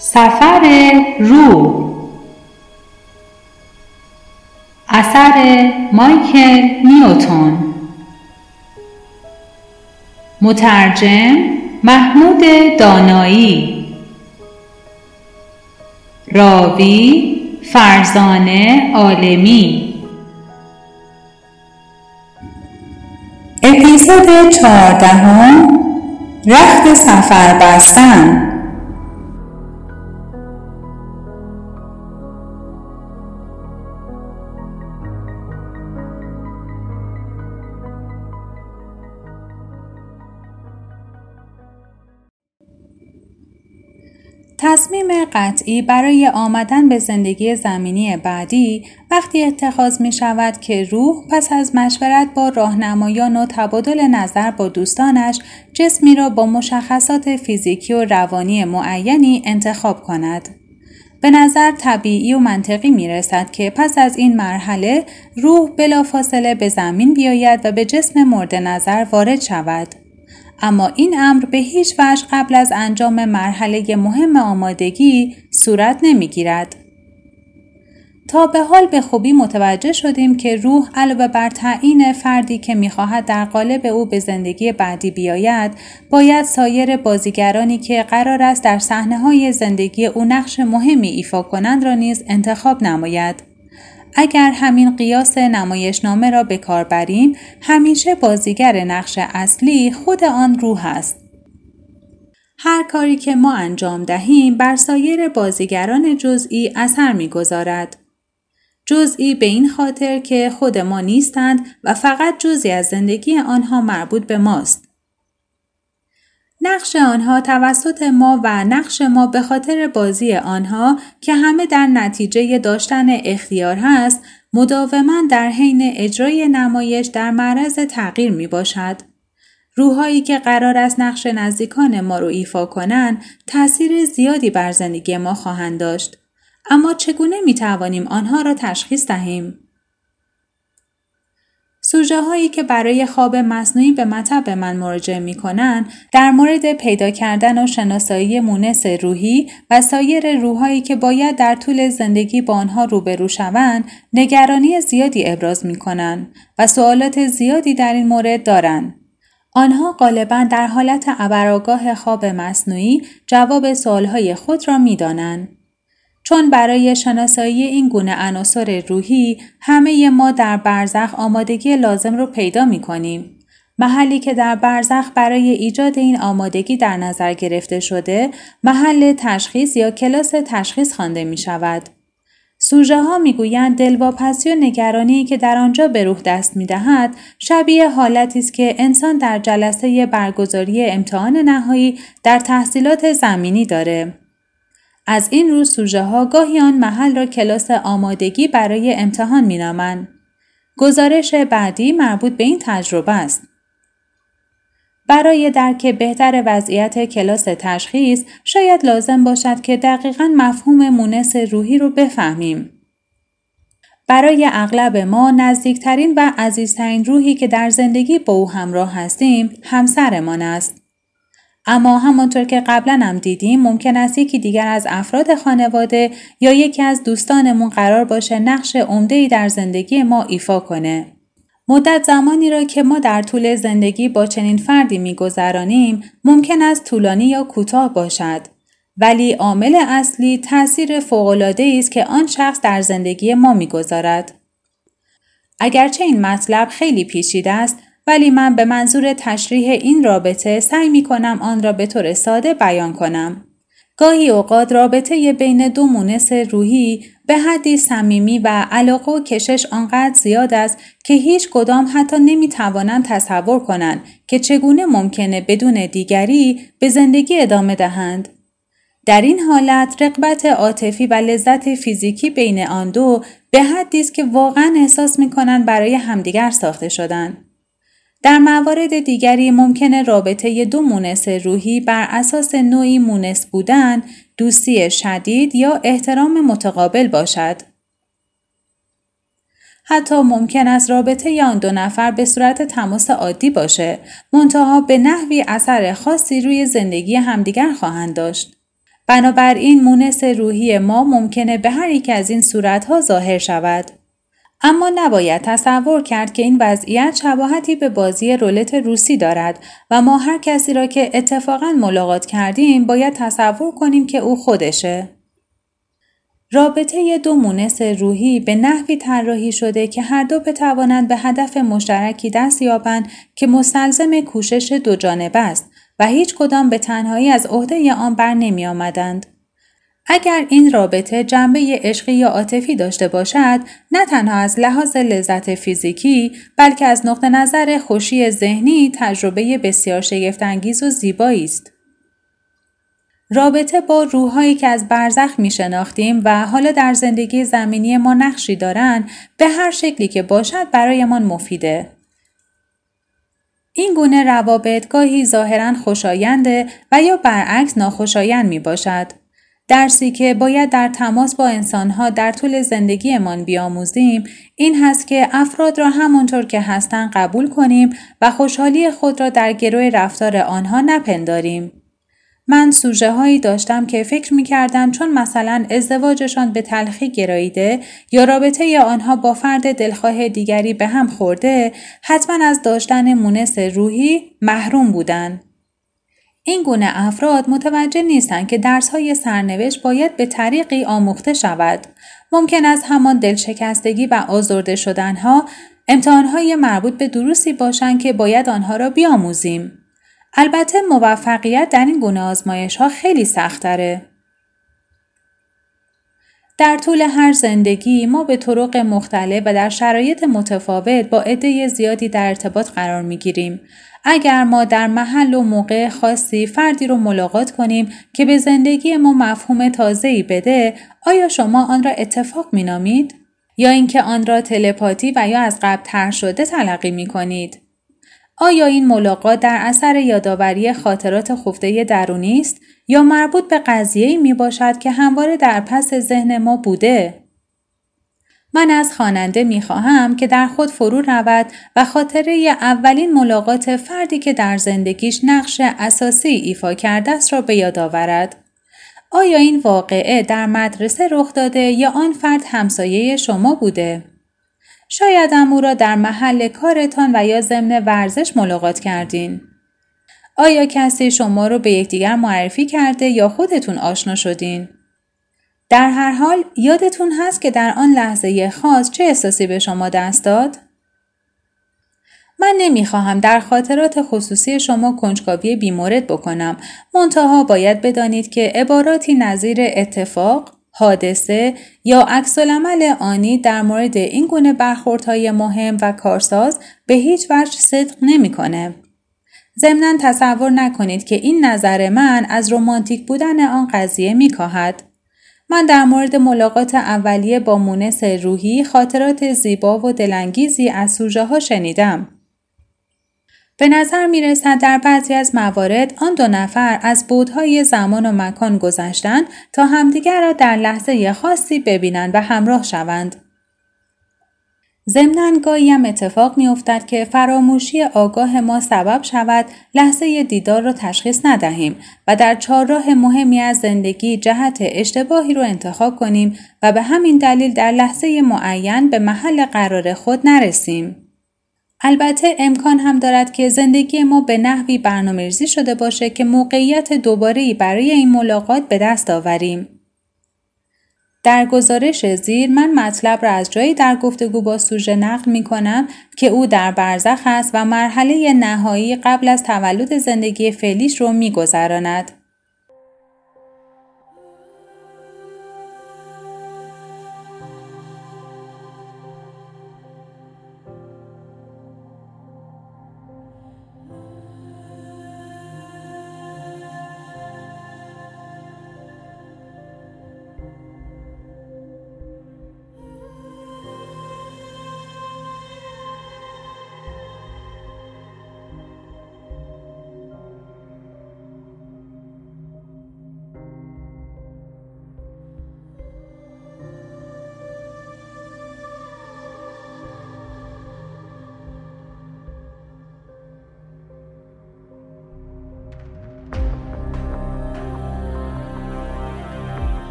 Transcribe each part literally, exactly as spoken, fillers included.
سفر روح، اثر مایکل نیوتن، مترجم محمود دانایی، راوی فرزانه عالمی. اپیزود چهاردهم، رخت سفر بستن. تصمیم قطعی برای آمدن به زندگی زمینی بعدی وقتی اتخاذ می شود که روح پس از مشورت با راهنمایان و تبادل نظر با دوستانش جسمی را با مشخصات فیزیکی و روانی معینی انتخاب کند. به نظر طبیعی و منطقی می رسد که پس از این مرحله روح بلافاصله به زمین بیاید و به جسم مورد نظر وارد شود. اما این امر به هیچ وجه قبل از انجام مرحله مهم آمادگی صورت نمی‌گیرد. تا به حال به خوبی متوجه شدیم که روح علاوه بر تعیین فردی که می‌خواهد در قالب او به زندگی بعدی بیاید، باید سایر بازیگرانی که قرار است در صحنه‌های زندگی او نقش مهمی ایفا کنند را نیز انتخاب نماید. اگر همین قیاس نمایشنامه را به کار بریم، همیشه بازیگر نقش اصلی خود آن روح است. هر کاری که ما انجام دهیم بر سایر بازیگران جزئی اثر می‌گذارد. جزئی به این خاطر که خود ما نیستند و فقط جزئی از زندگی آنها مربوط به ماست. نقش آنها توسط ما و نقش ما به خاطر بازی آنها که همه در نتیجه داشتن اختیار هست، مداوما در حین اجرای نمایش در معرض تغییر می باشد. روحایی که قرار است نقش نزدیکان ما رو ایفا کنند، تأثیر زیادی بر زندگی ما خواهند داشت. اما چگونه می توانیم آنها را تشخیص دهیم؟ سوژه هایی که برای خواب مصنوعی به مطب من مراجعه می کنند، در مورد پیدا کردن و شناسایی مونس روحی و سایر روحایی که باید در طول زندگی با آنها روبرو شوند، نگرانی زیادی ابراز می کنند و سوالات زیادی در این مورد دارند. آنها غالباً در حالت ابرآگاه خواب مصنوعی جواب سوالهای خود را می دانند. چون برای شناسایی این گونه عناصر روحی همه ما در برزخ آمادگی لازم رو پیدا می کنیم. محلی که در برزخ برای ایجاد این آمادگی در نظر گرفته شده، محل تشخیص یا کلاس تشخیص خوانده می شود. سوژه ها می گویند دلواپسی و نگرانی که در آنجا به روح دست می دهد، شبیه حالتی است که انسان در جلسه برگزاری امتحان نهایی در تحصیلات زمینی داره. از این رو سوژه ها گاهی آن محل را کلاس آمادگی برای امتحان می نامند. گزارش بعدی مربوط به این تجربه است. برای درک بهتر وضعیت کلاس تشخیص شاید لازم باشد که دقیقاً مفهوم مونس روحی رو بفهمیم. برای اغلب ما نزدیکترین و عزیزترین روحی که در زندگی با او همراه هستیم همسرمان است. اما همانطور که قبلا هم دیدیم ممکن است یکی دیگر از افراد خانواده یا یکی از دوستانمون قرار باشه نقش عمده‌ای در زندگی ما ایفا کنه. مدت زمانی را که ما در طول زندگی با چنین فردی می‌گذرانیم ممکن است طولانی یا کوتاه باشد، ولی عامل اصلی تأثیر فوق‌العاده‌ای است که آن شخص در زندگی ما می‌گذارد. اگرچه این مطلب خیلی پیچیده است، ولی من به منظور تشریح این رابطه سعی می کنم آن را به طور ساده بیان کنم. گاهی اوقات رابطه بین دو مونس روحی به حدی صمیمی و علاقه و کشش آنقدر زیاد است که هیچ کدام حتی نمی توانند تصور کنند که چگونه ممکنه بدون دیگری به زندگی ادامه دهند. در این حالت رغبت عاطفی و لذت فیزیکی بین آن دو به حدی است که واقعا احساس می کنند برای همدیگر ساخته شدند. در موارد دیگری ممکنه رابطه دو مونس روحی بر اساس نوعی مونس بودن، دوستی شدید یا احترام متقابل باشد. حتی ممکن است رابطه آن دو نفر به صورت تماس عادی باشه، منتها به نحوی اثر خاصی روی زندگی همدیگر خواهند داشت. بنابراین مونس روحی ما ممکنه به هر یک از این صورتها ظاهر شود. اما نباید تصور کرد که این وضعیت شباهتی به بازی رولت روسی دارد و ما هر کسی را که اتفاقاً ملاقات کردیم باید تصور کنیم که او خودشه. رابطه دو مونس روحی به نحوی طراحی شده که هر دو بتوانند به هدف مشترکی دست یابند که مستلزم کوشش دو جانبه است و هیچ کدام به تنهایی از عهده آن بر نمی آمدند. اگر این رابطه جنبه عشقی یا عاطفی داشته باشد، نه تنها از لحاظ لذت فیزیکی، بلکه از نقطه نظر خوشی ذهنی تجربه بسیار شگفت‌انگیز و زیبایی است. رابطه با روح‌هایی که از برزخ می‌شناختیم و حالا در زندگی زمینی ما نقشی دارند، به هر شکلی که باشد برایمان مفیده. این گونه روابط گاهی ظاهراً خوشاینده و یا برعکس ناخوشایند می‌باشد. درسی که باید در تماس با انسانها در طول زندگیمان بیاموزیم این هست که افراد را همانطور که هستند قبول کنیم و خوشحالی خود را در گروه رفتار آنها نپنداریم. من سوژه هایی داشتم که فکر می کردن چون مثلا ازدواجشان به تلخی گراییده یا رابطه آنها با فرد دلخواه دیگری به هم خورده حتما از داشتن مونس روحی محروم بودن. این گونه افراد متوجه نیستند که درس‌های سرنوشت باید به طریقی آموخته شود. ممکن است همان دلشکستگی و آزرده شدنها امتحان‌های مربوط به دروسی باشند که باید آنها را بیاموزیم. البته موفقیت در این گونه آزمایش‌ها خیلی سخت‌تره. در طول هر زندگی ما به طرق مختلف و در شرایط متفاوت با عده زیادی در ارتباط قرار می‌گیریم. اگر ما در محل و موقع خاصی فردی رو ملاقات کنیم که به زندگی ما مفهوم تازه‌ای بده، آیا شما آن را اتفاق می‌نامید؟ یا اینکه آن را تلپاتی و یا از قبل طرح شده تلقی می‌کنید؟ آیا این ملاقات در اثر یادآوری خاطرات خفته درونی است یا مربوط به قضیه‌ای میباشد که همواره در پس ذهن ما بوده؟ من از خواننده میخواهم که در خود فرو رود و خاطره اولین ملاقات فردی که در زندگیش نقش اساسی ایفا کرده است را به یاد آورد. آیا این واقعه در مدرسه رخ داده یا آن فرد همسایه شما بوده؟ شاید هم او را در محل کارتان و یا ضمن ورزش ملاقات کردین. آیا کسی شما رو به یکدیگر معرفی کرده یا خودتون آشنا شدین؟ در هر حال یادتون هست که در آن لحظه خاص چه احساسی به شما دست داد؟ من نمیخواهم در خاطرات خصوصی شما کنجکاوی بیمورد بکنم، منتها باید بدانید که عباراتی نظیر اتفاق، حادثه یا عکس‌العمل آنی در مورد این گونه برخوردهای مهم و کارساز به هیچ وجه صدق نمی‌کنه. ضمناً تصور نکنید که این نظر من از رمانتیک بودن آن قضیه می‌کاهد. من در مورد ملاقات اولیه با مونس روحی خاطرات زیبا و دلانگیزی از سوژه‌ها شنیدم. به نظر می رسد در بعضی از موارد آن دو نفر از بعدهای زمان و مکان گذشتند تا همدیگر را در لحظه خاصی ببینند و همراه شوند. ضمناً گاهی هم اتفاق می افتد که فراموشی آگاه ما سبب شود لحظه دیدار را تشخیص ندهیم و در چهارراه مهمی از زندگی جهت اشتباهی را انتخاب کنیم و به همین دلیل در لحظه معین به محل قرار خود نرسیم. البته امکان هم دارد که زندگی ما به نحوی برنامه‌ریزی شده باشه که موقعیت دوباره‌ای برای این ملاقات به دست آوریم. در گزارش زیر من مطلب را از جایی در گفتگو با سوژه نقل می کنم که او در برزخ است و مرحله نهایی قبل از تولد زندگی فعلیش رو می گذراند.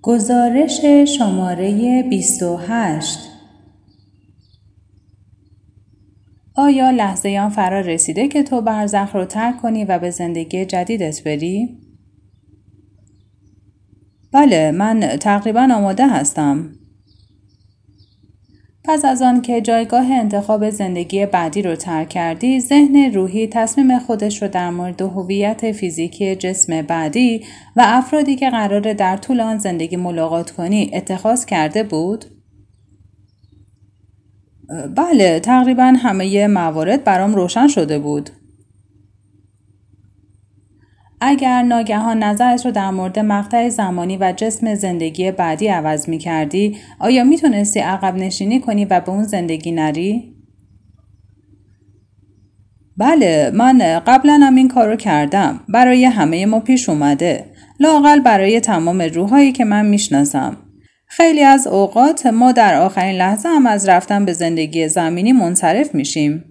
گزارش شماره بیست و هشت. آیا لحظه آن فرا رسیده که تو برزخ رو ترک کنی و به زندگی جدیدت بری؟ بله، من تقریبا آماده هستم. پس از آن که جایگاه انتخاب زندگی بعدی رو ترک کردی، ذهن روحی تصمیم خودش رو در مورد هویت فیزیکی جسم بعدی و افرادی که قراره در طول آن زندگی ملاقات کنی اتخاذ کرده بود؟ بله، تقریبا همه موارد برام روشن شده بود. اگر ناگهان نظرت رو در مورد مقطع زمانی و جسم زندگی بعدی عوض می کردی، آیا می تونستی عقب نشینی کنی و به اون زندگی نری؟ بله، من قبلا هم این کارو کردم. برای همه ما پیش اومده. لااقل برای تمام روحایی که من میشناسم. خیلی از اوقات ما در آخرین لحظه هم از رفتن به زندگی زمینی منصرف میشیم.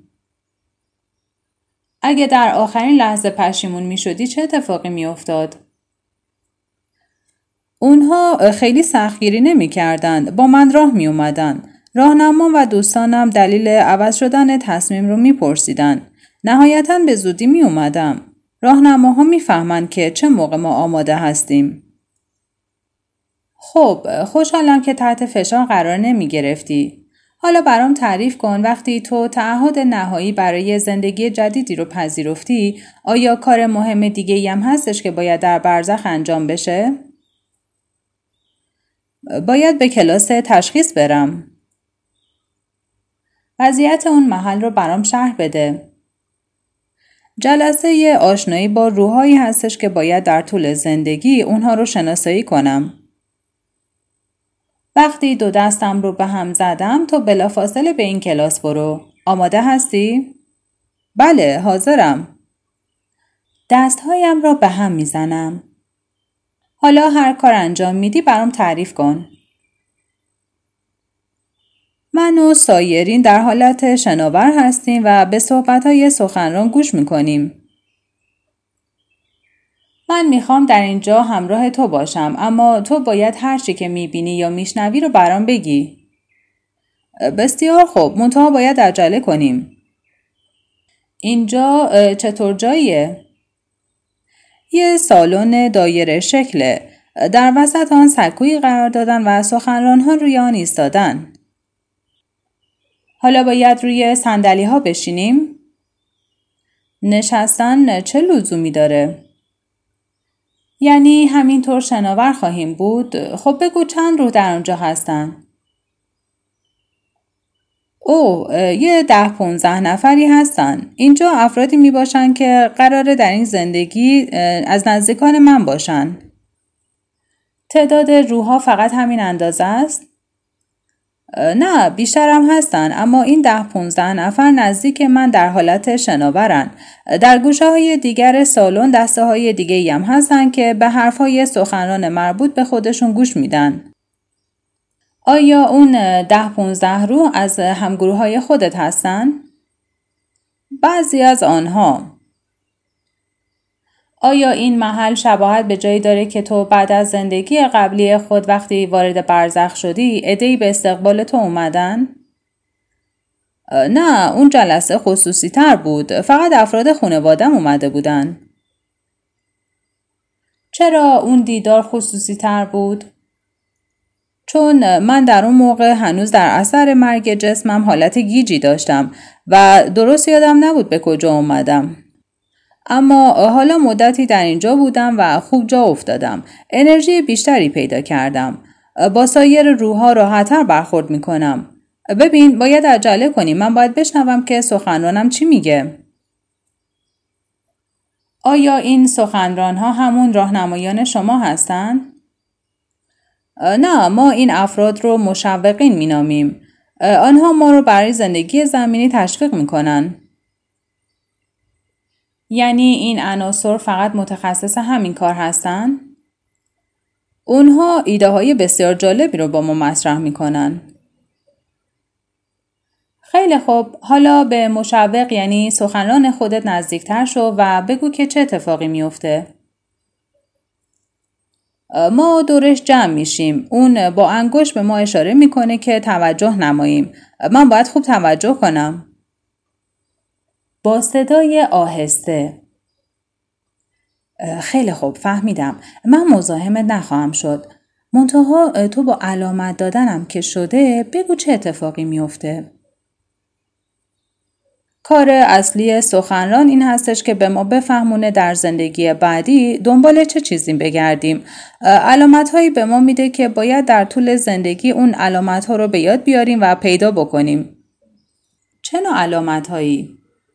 اگه در آخرین لحظه پشیمون می شدی چه اتفاقی می افتاد؟ اونها خیلی سختگیری نمی کردند. با من راه می اومدن. راهنمام و دوستانم دلیل عوض شدن تصمیم رو می پرسیدن. نهایتاً به زودی می اومدم. راهنماها می فهمند که چه موقع ما آماده هستیم. خب، خوشحالم که تحت فشار قرار نمی گرفتی. حالا برام تعریف کن وقتی تو تعهد نهایی برای زندگی جدیدی رو پذیرفتی، آیا کار مهم دیگه‌ای هم هستش که باید در برزخ انجام بشه؟ باید به کلاس تشخیص برم. وضعیت اون محل رو برام شرح بده. جلسه آشنایی با روحایی هستش که باید در طول زندگی اونها رو شناسایی کنم. وقتی دو دستم رو به هم زدم تو بلافاصله به این کلاس برو. آماده هستی؟ بله، حاضرم. دستهایم را به هم میزنم. حالا هر کار انجام میدی برام تعریف کن. من و سایرین در حالت شناور هستیم و به صحبت‌های سخنران گوش میکنیم. من میخوام در اینجا همراه تو باشم، اما تو باید هر چی که میبینی یا میشنوی رو برام بگی. بسیار خوب، منتها باید عجله کنیم. اینجا چطور جاییه؟ یه سالن دایره شکله. در وسط آن سکویی قرار دادن و سخنران‌ها روی آن ایستادن. حالا باید روی صندلی‌ها بشینیم؟ نشستن چه لزومی داره؟ یعنی همینطور شناور خواهیم بود؟ خب بگو چند روح در اونجا هستن؟ او یه ده پونزده نفری هستن. اینجا افرادی می باشن که قراره در این زندگی از نزدیکان من باشن. تعداد روح‌ها فقط همین اندازه است؟ نه، بیشتر هم هستن، اما این ده پونزده نفر نزدیک من در حالت شناورن. در گوشه های دیگر سالن دسته های دیگه هم هستن که به حرف های سخنران مربوط به خودشون گوش میدن. آیا اون ده پونزده روح از همگروه های خودت هستن؟ بعضی از آنها. آیا این محل شباهت به جایی داره که تو بعد از زندگی قبلی خود وقتی وارد برزخ شدی عده‌ای به استقبال تو اومدن؟ نه، اون جلسه خصوصی تر بود. فقط افراد خانواده‌ام اومده بودن. چرا اون دیدار خصوصی تر بود؟ چون من در اون موقع هنوز در اثر مرگ جسمم حالت گیجی داشتم و درست یادم نبود به کجا اومدم. اما حالا مدتی در اینجا بودم و خوب جا افتادم. انرژی بیشتری پیدا کردم. با سایر روح‌ها راحت‌تر برخورد می‌کنم. ببین، باید عجله کنیم. من باید بشنوم که سخنرانم چی میگه. آیا این سخنران‌ها همون راهنمایان شما هستن؟ نه، ما این افراد رو مشوقین می‌نامیم. آنها ما رو برای زندگی زمینی تشویق می‌کنن. یعنی این عناصر فقط متخصص همین کار هستن؟ اونها ایده های بسیار جالبی رو با ما مطرح میکنن. خیلی خوب، حالا به مشوق یعنی سخنران خودت نزدیکتر شو و بگو که چه اتفاقی میفته. ما دورش جمع میشیم. اون با انگشت به ما اشاره میکنه که توجه نماییم. من باید خوب توجه کنم. با صدای آهسته. خیلی خوب فهمیدم. من مزاحمت نخواهم شد. منتها تو با علامت دادنم که شده بگو چه اتفاقی میفته. کار اصلی سخنران این هستش که به ما بفهمونه در زندگی بعدی دنبال چه چیزی بگردیم. علامت هایی به ما میده که باید در طول زندگی اون علامت ها رو به یاد بیاریم و پیدا بکنیم. چه نوع علامت هایی؟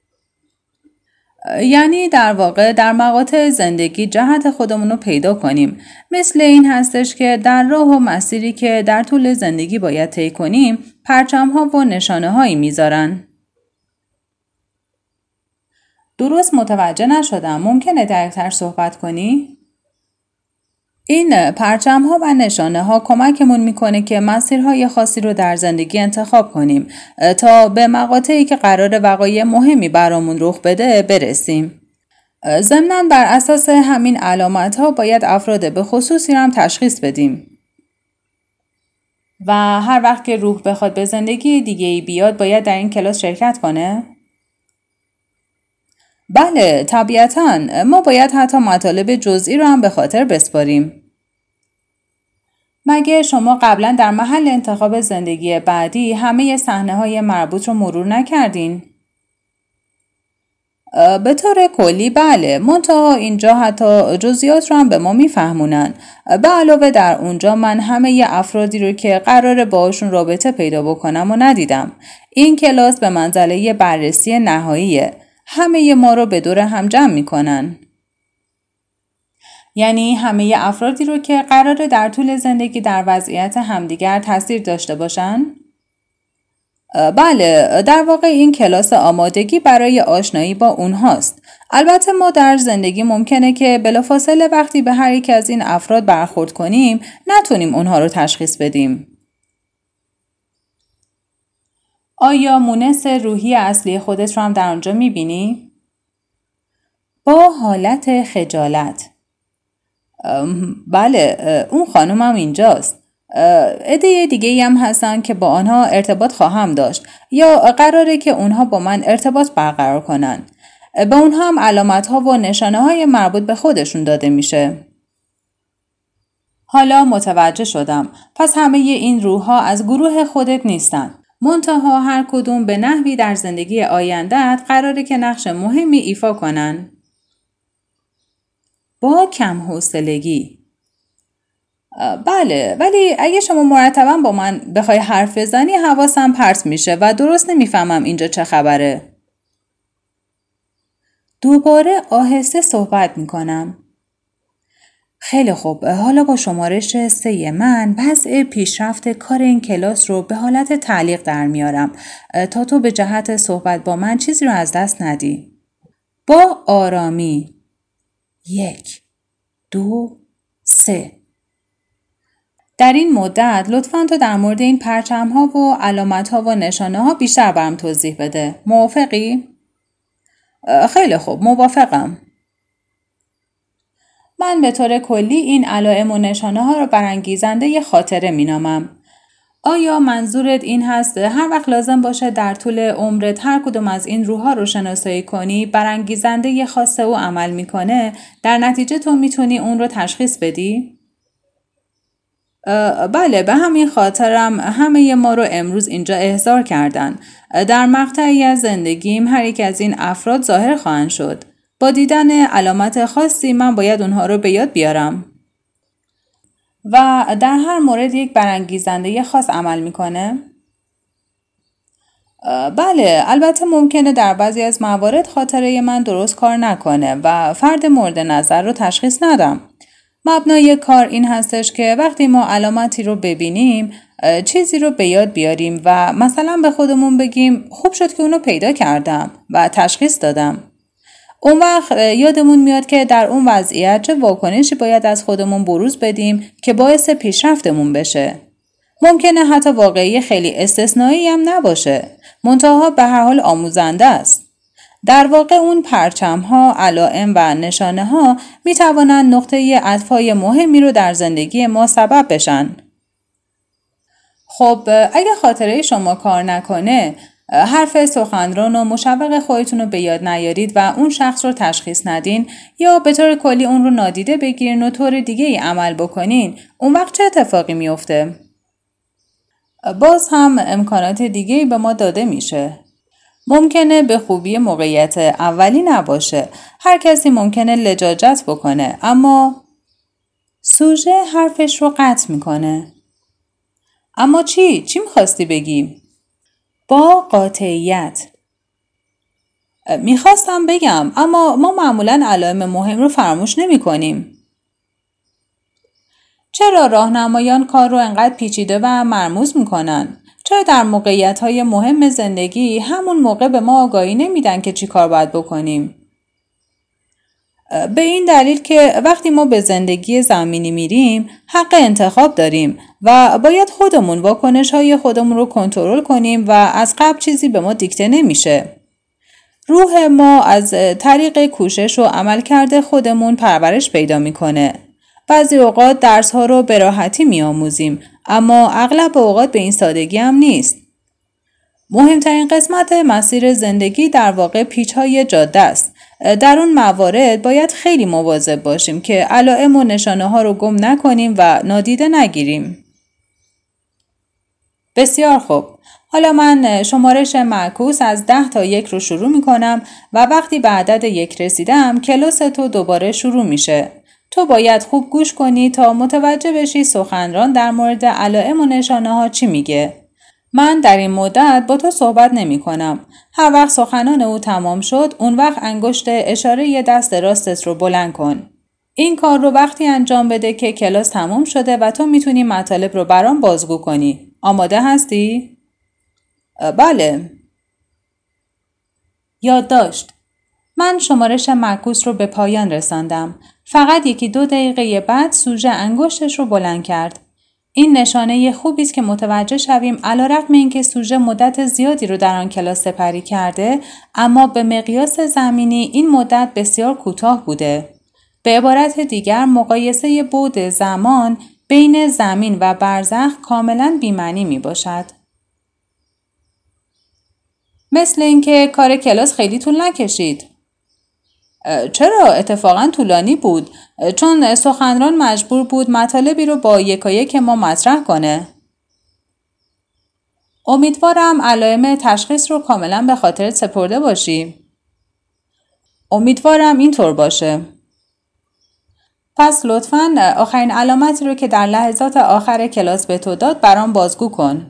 یعنی در واقع در مقاطع زندگی جهت خودمون رو پیدا کنیم. مثل این هستش که در راه و مسیری که در طول زندگی باید طی کنیم پرچم ها و نشانه هایی میذارن. درست متوجه نشدم. ممکنه دقیق‌تر صحبت کنی؟ این پرچم ها و نشانه ها کمکمون میکنه که مسیرهای خاصی رو در زندگی انتخاب کنیم تا به مقاطعی که قرار وقایع مهمی برامون رخ بده برسیم. ضمناً بر اساس همین علامت ها باید افراد به خصوصی رو هم تشخیص بدیم. و هر وقت که روح بخواد به زندگی دیگه‌ای بیاد باید در این کلاس شرکت کنه؟ بله طبیعتاً. ما باید حتی مطالب جزئی رو هم به خاطر بسپاریم. مگه شما قبلا در محل انتخاب زندگی بعدی همه صحنه‌های مربوط رو مرور نکردین؟ به طور کلی بله، منتها اینجا حتی جزئیات رو هم به ما میفهمونن. به علاوه در اونجا من همه ی افرادی رو که قراره باهاشون رابطه پیدا بکنم و ندیدم. این کلاس به منزله بررسی نهاییه. همه ما رو به دور هم جمع میکنن. یعنی همه افرادی رو که قراره در طول زندگی در وضعیت همدیگر تاثیر داشته باشن؟ بله، در واقع این کلاس آمادگی برای آشنایی با اونهاست. البته ما در زندگی ممکنه که بلافاصله وقتی به هر یک از این افراد برخورد کنیم نتونیم اونها رو تشخیص بدیم. آیا مونس روحی اصلی خودت رو هم در آنجا میبینی؟ با حالت خجالت. بله، اون خانم هم اینجاست. عده دیگه هم هستن که با آنها ارتباط خواهم داشت یا قراره که اونها با من ارتباط برقرار کنن. به اونها هم علامت ها و نشانه های مربوط به خودشون داده میشه. حالا متوجه شدم. پس همه این روح ها از گروه خودت نیستن. منتها هر کدوم به نحوی در زندگی آینده‌ات قراره که نقش مهمی ایفا کنن. با کم حوصلگی. بله، ولی اگه شما مرتباً با من بخوای حرف بزنی حواسم پرت میشه و درست نمیفهمم اینجا چه خبره. دوباره آهسته صحبت میکنم. خیلی خوب، حالا با شمارش سه من وضع پیشرفت کار این کلاس رو به حالت تعلیق در میارم تا تو به جهت صحبت با من چیزی رو از دست ندی. با آرامی. یک، دو، سه. در این مدت لطفاً تو در مورد این پرچم ها و علامت ها و نشانه ها بیشتر برام توضیح بده. موافقی؟ خیلی خوب، موافقم. من به طور کلی این علائم و نشانه ها رو برانگیزنده ی خاطره می نامم. آیا منظورت این هست هر وقت لازم باشه در طول عمرت هر کدوم از این روح‌ها رو شناسایی کنی برانگیزنده ی خاصه او عمل میکنه، در نتیجه تو میتونی اون رو تشخیص بدی؟ بله، به همین خاطرم همه ما رو امروز اینجا احضار کردن. در مقطعی از زندگیم هر یک از این افراد ظاهر خواهند شد. با دیدن علامت خاصی من باید اونها رو به یاد بیارم. و در هر مورد یک برانگیزنده خاص عمل میکنه؟ بله، البته ممکنه در بعضی از موارد خاطره من درست کار نکنه و فرد مورد نظر رو تشخیص ندم. مبنای کار این هستش که وقتی ما علامتی رو ببینیم چیزی رو به یاد بیاریم و مثلا به خودمون بگیم خوب شد که اونو پیدا کردم و تشخیص دادم. اون وقت یادمون میاد که در اون وضعیت چه واکنشی باید از خودمون بروز بدیم که باعث پیشرفتمون بشه. ممکنه حتی واقعی خیلی استثنایی هم نباشه، منتها به هر حال آموزنده است. در واقع اون پرچم ها، علائم و نشانه ها می توانند نقطه عطف‌های مهمی رو در زندگی ما سبب بشن. خب اگه خاطره شما کار نکنه، حرف سخنران و مشوق خودتون رو به یاد نیارید و اون شخص رو تشخیص ندین یا به طور کلی اون رو نادیده بگیرین و طور دیگه ای عمل بکنین، اون وقت چه اتفاقی میفته؟ باز هم امکانات دیگه ای به ما داده میشه. ممکنه به خوبی موقعیت اولی نباشه. هر کسی ممکنه لجاجت بکنه، اما سوژه حرفش رو قطع میکنه. اما چی؟ چی میخواستی بگی؟ با قاطعیت. میخواستم بگم اما ما معمولاً علائم مهم رو فراموش نمی کنیم. چرا راهنمایان کار رو انقدر پیچیده و مرموز میکنن؟ چرا در موقعیت‌های مهم زندگی همون موقع به ما آگاهی نمیدن که چی کار باید بکنیم؟ به این دلیل که وقتی ما به زندگی زمینی میریم حق انتخاب داریم و باید خودمون واکنش‌های خودمون رو کنترل کنیم و از قبل چیزی به ما دیکته نمیشه. روح ما از طریق کوشش و عملکرد خودمون پرورش پیدا میکنه. بعضی اوقات درس‌ها رو به راحتی میآموزیم، اما اغلب اوقات به این سادگی هم نیست. مهمترین قسمت مسیر زندگی در واقع پیچ‌های جاده است. در اون موارد باید خیلی مواظب باشیم که علائم و نشانه‌ها رو گم نکنیم و نادیده نگیریم. بسیار خوب. حالا من شمارش معکوس از ده تا یک رو شروع می کنم و وقتی به عدد یک رسیدم کلاس تو دوباره شروع میشه. تو باید خوب گوش کنی تا متوجه بشی سخنران در مورد علائم و نشانه ها چی میگه. من در این مدت با تو صحبت نمی کنم. هر وقت سخنان او تمام شد، اون وقت انگشت اشاره دست راستت رو بلند کن. این کار رو وقتی انجام بده که کلاس تمام شده و تو میتونی مطالب رو برام بازگو کنی. آماده هستی؟ بله. یادداشت. من شمارش معکوس رو به پایان رساندم. فقط یکی دو دقیقه بعد سوژه انگشتش رو بلند کرد. این نشانه خوبی است که متوجه شویم علیرغم اینکه سوژه مدت زیادی رو در آن کلاس سپری کرده، اما به مقیاس زمینی این مدت بسیار کوتاه بوده. به عبارت دیگر مقایسه بعد زمان بین زمین و برزخ کاملا بی‌معنی می باشد. مثل اینکه کار کلاس خیلی طول نکشید. چرا؟ اتفاقا طولانی بود، چون سخنران مجبور بود مطالبی رو با یکایک ما مطرح کنه. امیدوارم علائم تشخیص رو کاملا به خاطرت سپرده باشی. امیدوارم اینطور باشه. پس لطفاً آخرین علامتی رو که در لحظات آخر کلاس به تو داد برام بازگو کن.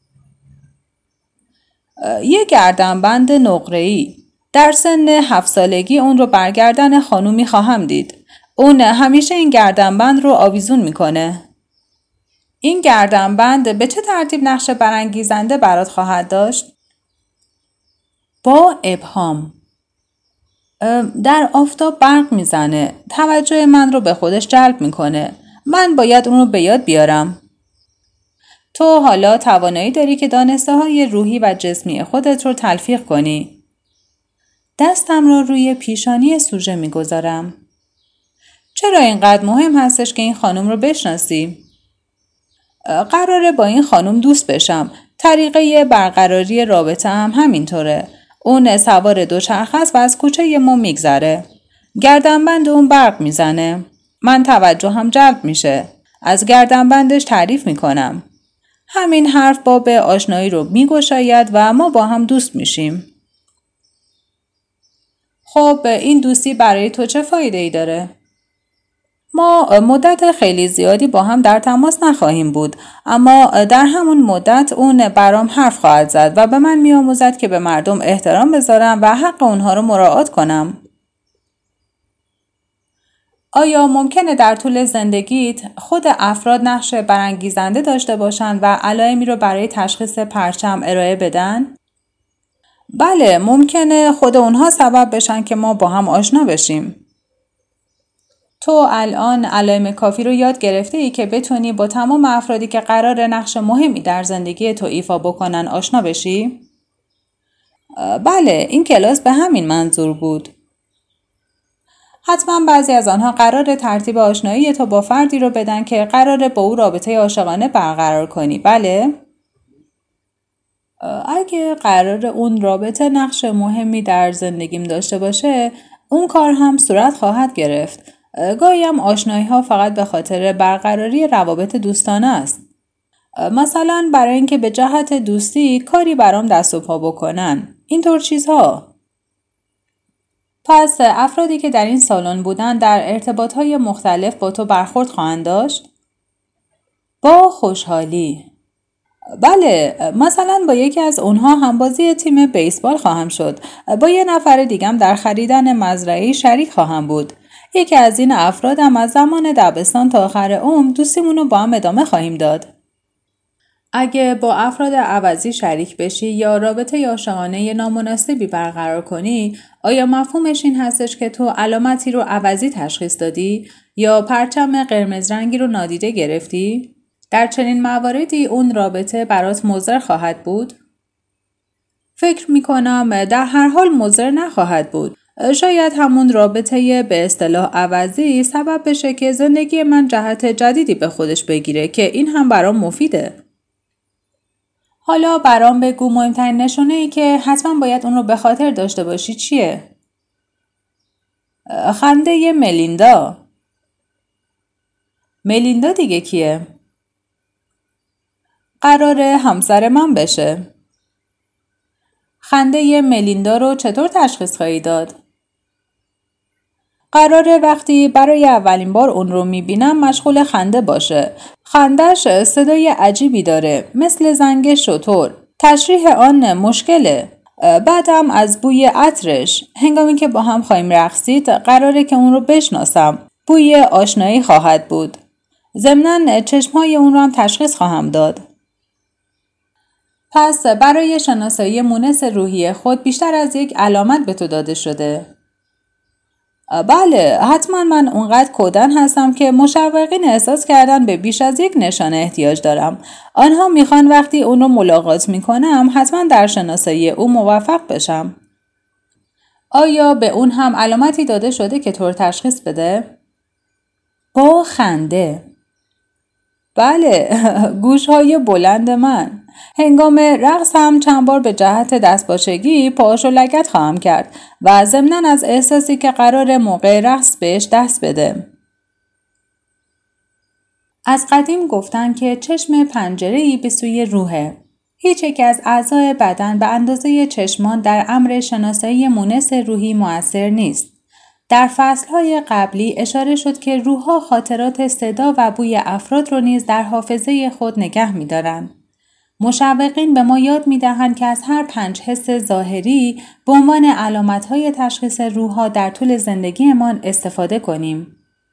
یک گردنبند نقره‌ای. در سن هفت سالگی اون رو برگردن خانومی خواهم دید. اون همیشه این گردنبند رو آویزون میکنه. این گردنبند به چه ترتیب نقش برانگیزنده برات خواهد داشت؟ با ابهام. در آفتاب برق میزنه. توجه من رو به خودش جلب میکنه. من باید اون رو به یاد بیارم. تو حالا توانایی داری که دانسته های روحی و جسمی خودت رو تلفیق کنی. دستم رو روی پیشانی سوژه میگذارم. چرا اینقدر مهم هستش که این خانم رو بشناسی؟ قراره با این خانم دوست بشم. طریقه برقراری رابطه هم همینطوره. اون سوار دوچرخه است و از کوچه ما میگذره. گردنبند اون برق میزنه. من توجه هم جلب میشه. از گردنبندش تعریف میکنم. همین حرف باب آشنایی رو میگشاید و ما با هم دوست میشیم. خب این دوستی برای تو چه فایده ای داره؟ ما مدت خیلی زیادی با هم در تماس نخواهیم بود، اما در همون مدت اون برام حرف خواهد زد و به من میآموزد که به مردم احترام بذارم و حق اونها رو مراعات کنم. آیا ممکنه در طول زندگیت خود افراد نقش برانگیزنده داشته باشند و علائمی رو برای تشخیص پرچم ارائه بدن؟ بله، ممکنه خود اونها سبب بشن که ما با هم آشنا بشیم. تو الان علائم کافی رو یاد گرفته ای که بتونی با تمام افرادی که قرار نقش مهمی در زندگی تو ایفا بکنن آشنا بشی؟ بله، این کلاس به همین منظور بود. حتما بعضی از آنها قرار ترتیب آشنایی تو با فردی رو بدن که قراره با او رابطه عاشقانه برقرار کنی، بله؟ اگه قرار اون رابطه نقش مهمی در زندگیم داشته باشه، اون کار هم صورت خواهد گرفت. گاهی هم آشنایی ها فقط به خاطر برقراری روابط دوستانه است. مثلا برای اینکه به جهت دوستی کاری برام دست و پا بکنن. اینطور چیزها. پس افرادی که در این سالن بودن در ارتباطهای مختلف با تو برخورد خواهند داشت؟ با خوشحالی. بله، مثلا با یکی از اونها همبازی تیم بیسبال خواهم شد. با یه نفر دیگم در خریدن مزرعه‌ای شریک خواهم بود. یکی از این افرادم از زمان دبستان تا آخر عمر دوستیمون رو با هم ادامه خواهیم داد. اگه با افراد عوضی شریک بشی یا رابطه عاشقانه نامناسبی برقرار کنی، آیا مفهومش این هستش که تو علامتی رو عوضی تشخیص دادی یا پرچم قرمز رنگی رو نادیده گرفتی؟ در چنین مواردی اون رابطه برات مضر خواهد بود؟ فکر میکنم در هر حال مضر نخواهد بود. شاید همون رابطه به اصطلاح عوضی سبب بشه که زندگی من جهت جدیدی به خودش بگیره که این هم برام مفیده. حالا برام بگو مهمترین نشونه ای که حتما باید اون رو به خاطر داشته باشی چیه؟ خنده ملیندا. ملیندا دیگه کیه؟ قراره همسر من بشه. خنده ملیندا رو چطور تشخیص خواهی داد؟ قراره وقتی برای اولین بار اون رو میبینم مشغول خنده باشه. خندش صدای عجیبی داره، مثل زنگ شتر. تشریح آن مشکله. بعدم از بوی عطرش. هنگامی که با هم خواهیم رقصید قراره که اون رو بشناسم. بوی آشنایی خواهد بود. ضمناً چشمهای اون رو هم تشخیص خواهم داد. پس برای شناسایی مونس روحی خود بیشتر از یک علامت به تو داده شده. بله، حتما من اونقدر کودن هستم که مشوقین احساس کردن به بیش از یک نشانه احتیاج دارم. آنها میخوان وقتی اون رو ملاقات میکنم حتما در شناسایی او موفق بشم. آیا به اون هم علامتی داده شده که طور تشخیص بده؟ با خنده. بله، گوشهای بلند من. هنگام رقص هم چند بار به جهت دستپاچگی پاش و لگد خواهم کرد و ضمناً از احساسی که قرار موقع رقص بهش دست بده. از قدیم گفتن که چشم پنجره‌ای به سوی روحه. هیچ یک از اعضای بدن به اندازه چشمان در امر شناسایی مونس روحی مؤثر نیست. در فصلهای قبلی اشاره شد که روح‌ها خاطرات صدا و بوی افراد رو نیز در حافظه خود نگه می‌دارند. مشوقین به ما یاد می‌دهند که از هر پنج حس ظاهری به عنوان علامت‌های تشخیص روح‌ها در طول زندگیمان استفاده کنیم.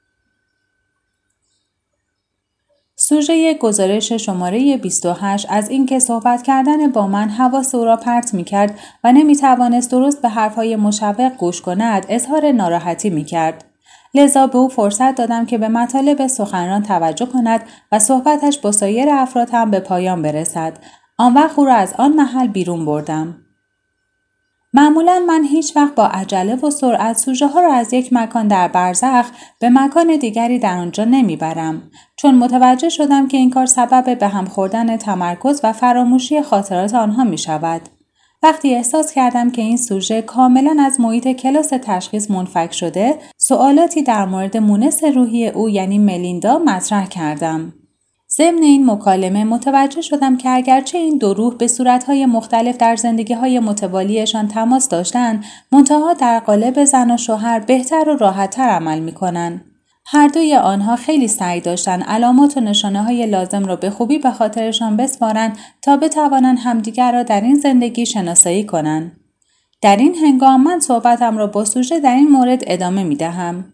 سوژه گزارش شماره بیست و هشت از اینکه صحبت کردن با من حواس او را پرت می‌کرد و نمی‌توانست درست به حرف‌های مشوق گوش کند، اظهار ناراحتی می‌کرد. لذا به او فرصت دادم که به مطالب سخنران توجه کند و صحبتش با سایر افراد هم به پایان برسد. آن وقت او را از آن محل بیرون بردم. معمولاً من هیچ وقت با عجله و سرعت سوژه ها را از یک مکان در برزخ به مکان دیگری در آنجا نمیبرم، چون متوجه شدم که این کار سبب به هم خوردن تمرکز و فراموشی خاطرات آنها می شود. وقتی احساس کردم که این سوژه کاملا از محیط کلاس تشخیص منفک شده، سوالاتی در مورد مونس روحی او یعنی ملیندا مطرح کردم. ضمن این مکالمه متوجه شدم که اگرچه این دو روح به صورتهای مختلف در زندگی‌های متوالیشان تماس داشتند، منتها در قالب زن و شوهر بهتر و راحت‌تر عمل می‌کنند. هر دوی آنها خیلی سعی داشتند علامات و نشانه‌های لازم را به خوبی به خاطرشان بسپارند تا بتوانند همدیگر را در این زندگی شناسایی کنند. در این هنگام من صحبتم را با سوژه در این مورد ادامه می‌دهم.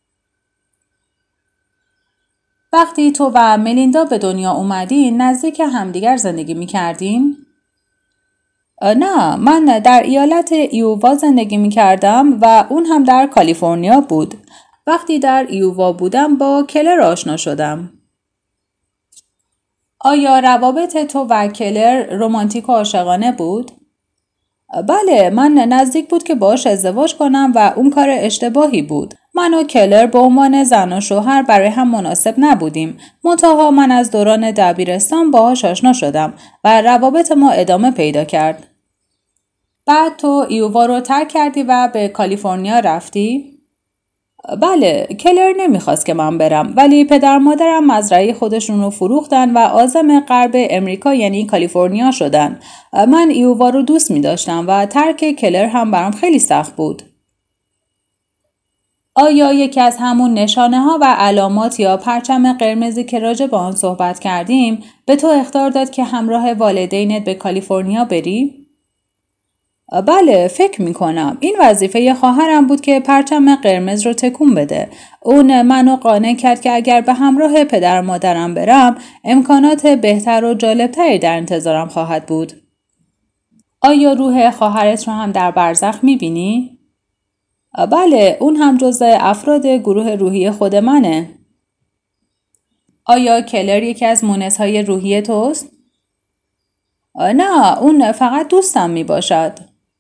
وقتی تو و ملیندا به دنیا اومدین نزدیک همدیگر زندگی می‌کردین؟ نه، من در ایالت ایووا زندگی می‌کردم و اون هم در کالیفرنیا بود. وقتی در ایووا بودم با کلر آشنا شدم. آیا روابط تو و کلر رمانتیک و عاشقانه بود؟ بله، من نزدیک بود که باش ازدواج کنم و اون کار اشتباهی بود. من و کلر به عنوان زن و شوهر برای هم مناسب نبودیم. منتها من از دوران دبیرستان باهاش آشنا شدم و روابط ما ادامه پیدا کرد. بعد تو ایووا رو ترک کردی و به کالیفرنیا رفتی؟ بله، کلر نمیخواست که من برم، ولی پدر مادرم مزرعه خودشون رو فروختن و عازم غرب امریکا یعنی کالیفرنیا شدن. من ایووا رو دوست میداشتم و ترک کلر هم برام خیلی سخت بود. آیا یکی از همون نشانه ها و علامات یا پرچم قرمزی که راجع به آن صحبت کردیم به تو اخطار داد که همراه والدینت به کالیفرنیا بری؟ بله، فکر می کنم. این وظیفه خواهرم بود که پرچم قرمز رو تکون بده. اون منو قانع کرد که اگر به همراه پدر مادرم برم امکانات بهتر و جالبتری در انتظارم خواهد بود. آیا روح خواهرت رو هم در برزخ می بینی؟ بله، اون هم جزء افراد گروه روحی خود منه. آیا کلر یکی از مونس‌های روحی توست؟ نه، اون فقط دوستم می باشد.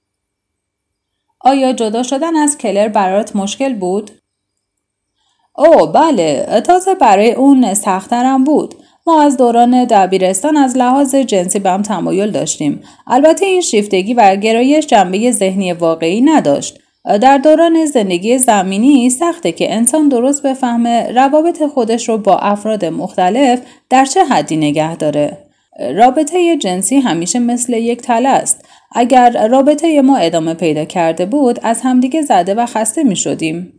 آیا جدا شدن از کلر برات مشکل بود؟ اوه بله، تازه برای اون سخت‌ترم بود. ما از دوران دبیرستان از لحاظ جنسی به هم تمایل داشتیم. البته این شیفتگی و گرایش جنبه ذهنی واقعی نداشت. در دوران زندگی زمینی سخته که انسان درست بفهمه روابط خودش رو با افراد مختلف در چه حدی نگه داره. رابطه جنسی همیشه مثل یک تله است. اگر رابطه ما ادامه پیدا کرده بود از همدیگه زده و خسته می شدیم.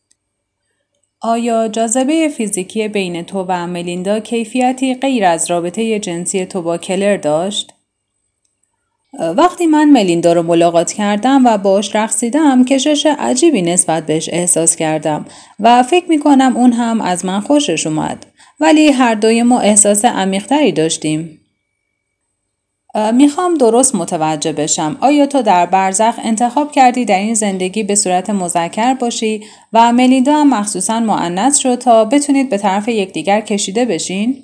آیا جاذبه فیزیکی بین تو و ملیندا کیفیتی غیر از رابطه جنسی تو با کلر داشت؟ وقتی من ملیندا رو ملاقات کردم و باش رقصیدم کشش عجیبی نسبت بهش احساس کردم و فکر می کنم اون هم از من خوشش اومد. ولی هر دوی ما احساس عمیق‌تری داشتیم. میخوام درست متوجه بشم. آیا تو در برزخ انتخاب کردی در این زندگی به صورت مذکر باشی و ملیندا هم مخصوصاً مؤنث شد تا بتونید به طرف یکدیگر کشیده بشین؟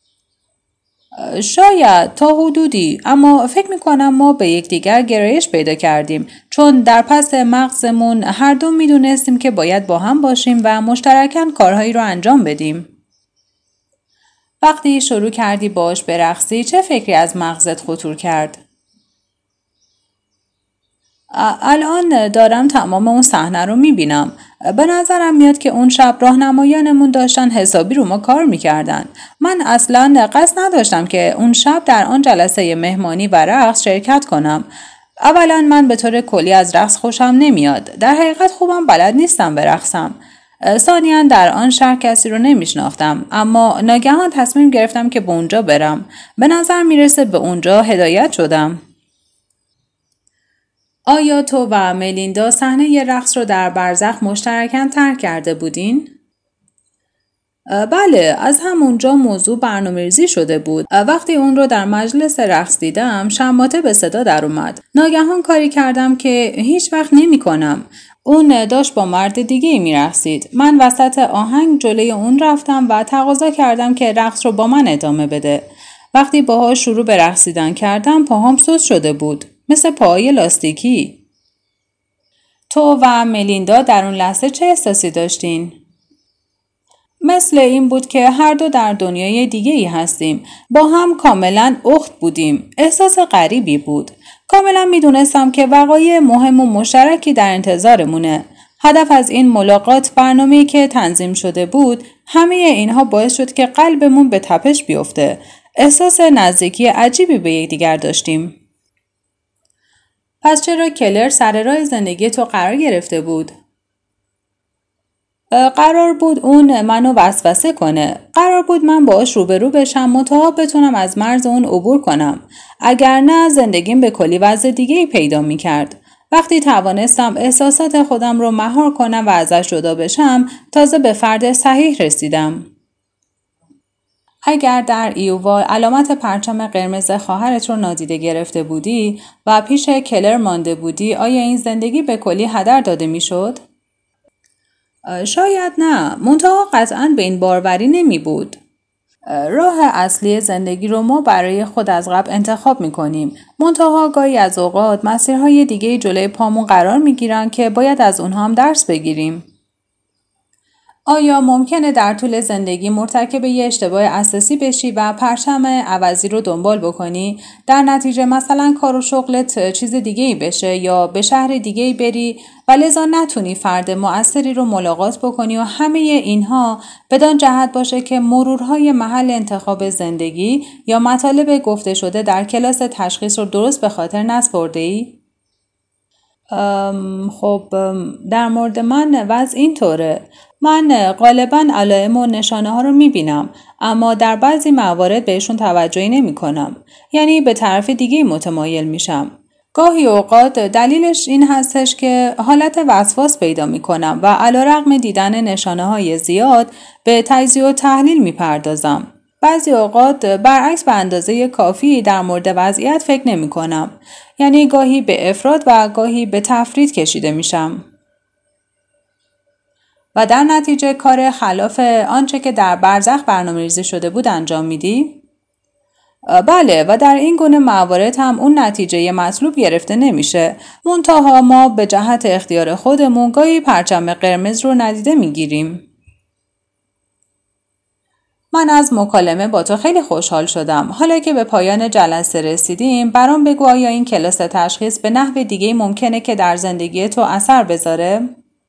شاید تا حدودی، اما فکر میکنم ما به یکدیگر گرایش پیدا کردیم چون در پس مغزمون هر دو میدونستیم که باید با هم باشیم و مشترکاً کارهایی رو انجام بدیم. وقتی شروع کردی باش برقصی چه فکری از مغزت خطور کرد؟ الان دارم تمام اون صحنه رو میبینم. به نظرم میاد که اون شب راهنمایانمون داشتن حسابی رو ما کار میکردن. من اصلا قصد نداشتم که اون شب در آن جلسه مهمانی و رقص شرکت کنم. اولا من به طور کلی از رقص خوشم نمیاد. در حقیقت خوبم بلد نیستم برقصم. ثانیاً در آن شهر کسی رو نمیشناختم، اما ناگهان تصمیم گرفتم که به اونجا برم. به نظر میرسه به اونجا هدایت شدم. آیا تو و ملیندا صحنه ی رقص رو در برزخ مشترکاً ترک کرده بودین؟ بله، از همونجا موضوع برنامه‌ریزی شده بود. وقتی اون رو در مجلس رقص دیدم شماته به صدا در اومد. ناگهان کاری کردم که هیچ وقت نمی کنم. اون داشت با مرد دیگه می رقصید. من وسط آهنگ جلوی اون رفتم و تقاضا کردم که رقص رو با من ادامه بده. وقتی باهاش شروع به رقصیدن کردم پاهام سست شده بود. مثل پاهای لاستیکی. تو و ملیندا در اون لحظه چه احساسی داشتین؟ مثل این بود که هر دو در دنیای دیگه ای هستیم. با هم کاملا اخت بودیم. احساس غریبی بود. کاملا می دونستم که وقایع مهم و مشترکی در انتظارمونه. هدف از این ملاقات برنامه‌ای که تنظیم شده بود، همه اینها باعث شد که قلبمون به تپش بیفته. احساس نزدیکی عجیبی به یکدیگر داشتیم. پس چرا کلر سر راه زندگی تو قرار گرفته بود؟ قرار بود اون منو وسوسه کنه. قرار بود من باهاش روبرو بشم منتها بتونم از مرز اون عبور کنم. اگر نه زندگیم به کلی وضع دیگه ای پیدا می کرد. وقتی توانستم احساسات خودم رو مهار کنم و ازش جدا بشم تازه به فرد صحیح رسیدم. اگر در ایووا علامت پرچم قرمز خواهرت رو نادیده گرفته بودی و پیش کلر مانده بودی آیا این زندگی به کلی هدر داده می شد؟ شاید نه، منتها قطعاً به این باروری نمی بود. راه اصلی زندگی رو ما برای خود از قبل انتخاب میکنیم. منتها گاهی از اوقات مسیرهای دیگه جلوی پامون قرار میگیرن که باید از اونها هم درس بگیریم. آیا ممکنه در طول زندگی مرتکب یه اشتباه اساسی بشی و پرچم عوضی رو دنبال بکنی؟ در نتیجه مثلا کار و شغلت چیز دیگه ای بشه یا به شهر دیگه ای بری و لذا نتونی فرد مؤثری رو ملاقات بکنی و همه اینها بدان جهت باشه که مرورهای محل انتخاب زندگی یا مطالب گفته شده در کلاس تشخیص رو درست به خاطر نسپرده ای؟ خب در مورد من وضع این طوره. من غالباً علائم و نشانه ها رو میبینم اما در بعضی موارد بهشون توجهی نمی کنم. یعنی به طرف دیگه متمایل میشم. گاهی اوقات دلیلش این هستش که حالت وسواس پیدا می کنم و علیرغم دیدن نشانه های زیاد به تجزیه و تحلیل می پردازم. بعضی اوقات برعکس به اندازه کافی در مورد وضعیت فکر نمی کنم. یعنی گاهی به افراط و گاهی به تفرید کشیده میشم. و در نتیجه کار خلاف آنچه که در برزخ برنامه‌ریزی شده بود انجام میدی؟ بله و در این گونه موارد هم اون نتیجه مطلوب گرفته نمیشه. منتها ما به جهت اختیار خودمون گاهی پرچم قرمز رو ندیده میگیریم. من از مکالمه با تو خیلی خوشحال شدم. حالا که به پایان جلسه رسیدیم برام بگو آیا این کلاس تشخیص به نحو دیگه ممکنه که در زندگی تو اثر بذاره؟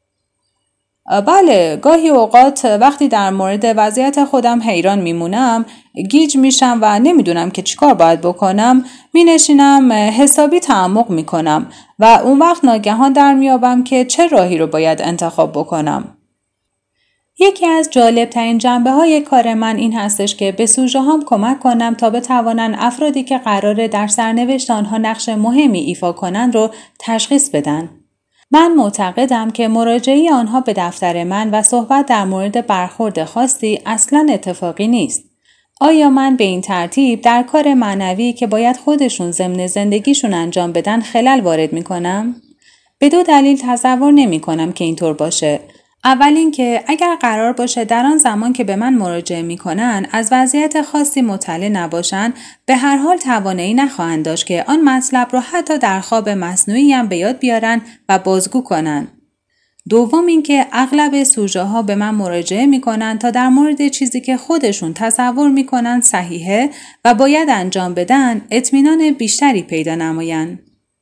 بله، گاهی اوقات وقتی در مورد وضعیت خودم حیران میمونم، گیج میشم و نمیدونم که چیکار باید بکنم، مینشینم حسابی تعمق میکنم و اون وقت ناگهان در میابم که چه راهی رو باید انتخاب بکنم. یکی از جالبترین جنبه های کار من این هستش که به سوژه هام کمک کنم تا بتوانن افرادی که قراره در سرنوشت آنها نقش مهمی ایفا کنن رو تشخیص بدن. من معتقدم که مراجعه آنها به دفتر من و صحبت در مورد برخورد خاصی اصلاً اتفاقی نیست. آیا من به این ترتیب در کار معنوی که باید خودشون ضمن زندگیشون انجام بدن خلل وارد میکنم؟ به دو دلیل تصور نمی کنم که اینطور باشه. اول اینکه اگر قرار باشه در آن زمان که به من مراجعه میکنن از وضعیت خاصی مطلع نباشن، به هر حال توانایی نخواهند داشت که آن مطلب رو حتی در خواب مصنوعی هم به یاد بیارن و بازگو کنن. دوم اینکه اغلب سوژه ها به من مراجعه میکنن تا در مورد چیزی که خودشون تصور میکنن صحیحه و باید انجام بدن اطمینان بیشتری پیدا نمایند.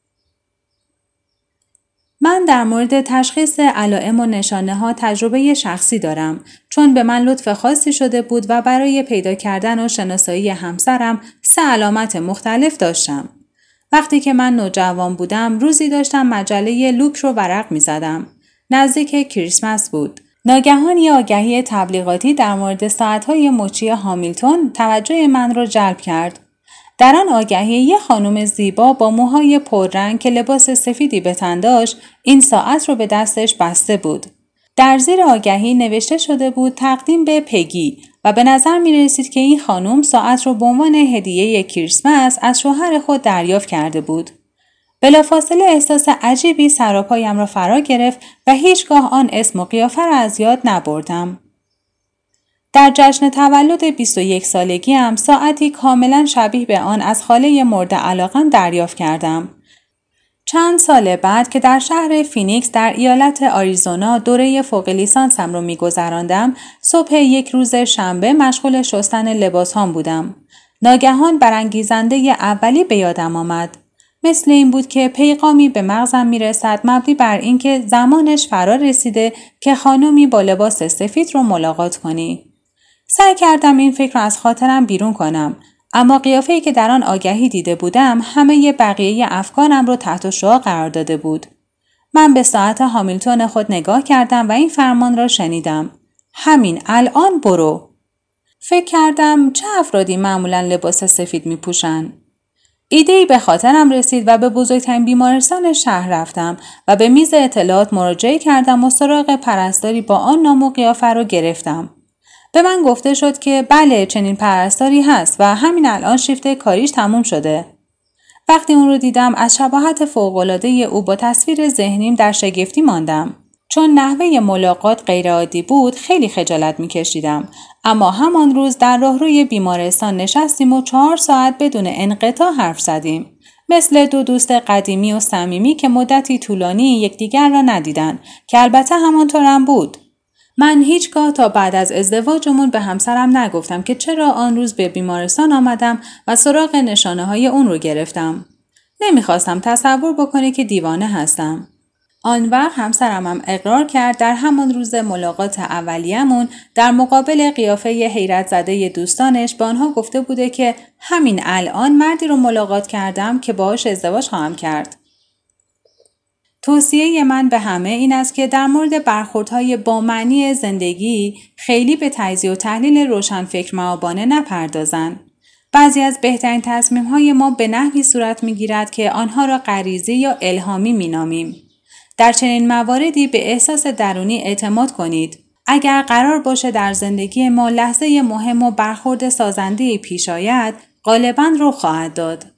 من در مورد تشخیص علائم و نشانه ها تجربه شخصی دارم چون به من لطف خاصی شده بود و برای پیدا کردن و شناسایی همسرم سه علامت مختلف داشتم. وقتی که من نوجوان بودم روزی داشتم مجله لوک رو ورق می زدم. نزدیک کریسمس بود. ناگهان یه آگهی تبلیغاتی در مورد ساعت‌های مچی هامیلتون توجه من رو جلب کرد. در آن آگهی یک خانم زیبا با موهای پررنگ که لباس سفیدی به تن داشت این ساعت رو به دستش بسته بود. در زیر آگهی نوشته شده بود تقدیم به پگی و به نظر می رسید که این خانم ساعت رو به عنوان هدیه کریسمس از شوهر خود دریافت کرده بود. بلافاصله احساس عجیبی سراپایم را فرا گرفت و هیچگاه آن اسم و قیافه را از یاد نبردم. در جشن تولد بیست و یک سالگیم ساعتی کاملا شبیه به آن از خاله مورد علاقه‌ام دریافت کردم. چند سال بعد که در شهر فینیکس در ایالت آریزونا دوره فوق لیسانسم رو می‌گذراندم، صبح یک روز شنبه مشغول شستن لباسهام بودم. ناگهان برانگیزنده اولی به یادم آمد. مثل این بود که پیغامی به مغزم میرسد مبنی بر اینکه زمانش فرا رسیده که خانمی با لباس سفید رو ملاقات کنی. سعی کردم این فکر رو از خاطرم بیرون کنم، اما قیافه‌ای که در آن آگهی دیده بودم همه بقیه افکارم رو تحت شعاع قرار داده بود. من به ساعت هامیلتون خود نگاه کردم و این فرمان را شنیدم: همین الان برو. فکر کردم چه افرادی معمولاً لباس سفید می پوشن؟ ایده‌ای به خاطرم رسید و به بزرگترین بیمارستان شهر رفتم و به میز اطلاعات مراجعه کردم و سراغ پرستاری با آن نام و قیافه رو گرفتم. به من گفته شد که بله چنین پرستاری هست و همین الان شیفت کاریش تموم شده. وقتی اون رو دیدم از شباهت فوق‌العاده او با تصویر ذهنیم در شگفتی ماندم. چون نحوه ملاقات غیرعادی بود خیلی خجالت می‌کشیدم، اما همان روز در راهروی بیمارستان نشستیم و چهار ساعت بدون انقطاع حرف زدیم. مثل دو دوست قدیمی و صمیمی که مدتی طولانی یکدیگر را ندیدن، که البته همانطورم بود. من هیچگاه تا بعد از ازدواجمون به همسرم نگفتم که چرا آن روز به بیمارستان آمدم و سراغ نشانه های اون رو گرفتم. نمیخواستم تصور بکنه که دیوانه هستم. آن وقت همسرم هم اقرار کرد در همان روز ملاقات اولیه‌مون در مقابل قیافه حیرت زده دوستانش به آنها گفته بوده که همین الان مردی رو ملاقات کردم که باهاش ازدواج خواهم کرد. توصیه من به همه این است که در مورد برخوردهای با معنی زندگی خیلی به تجزیه و تحلیل روشنفکر مآبانه نپردازند. بعضی از بهترین تصمیم‌های ما به نحوی صورت می‌گیرد که آنها را غریزی یا الهامی می‌نامیم. در چنین مواردی به احساس درونی اعتماد کنید. اگر قرار باشه در زندگی ما لحظه مهم و برخورد سازنده پیش آید، غالباً رخ خواهد داد.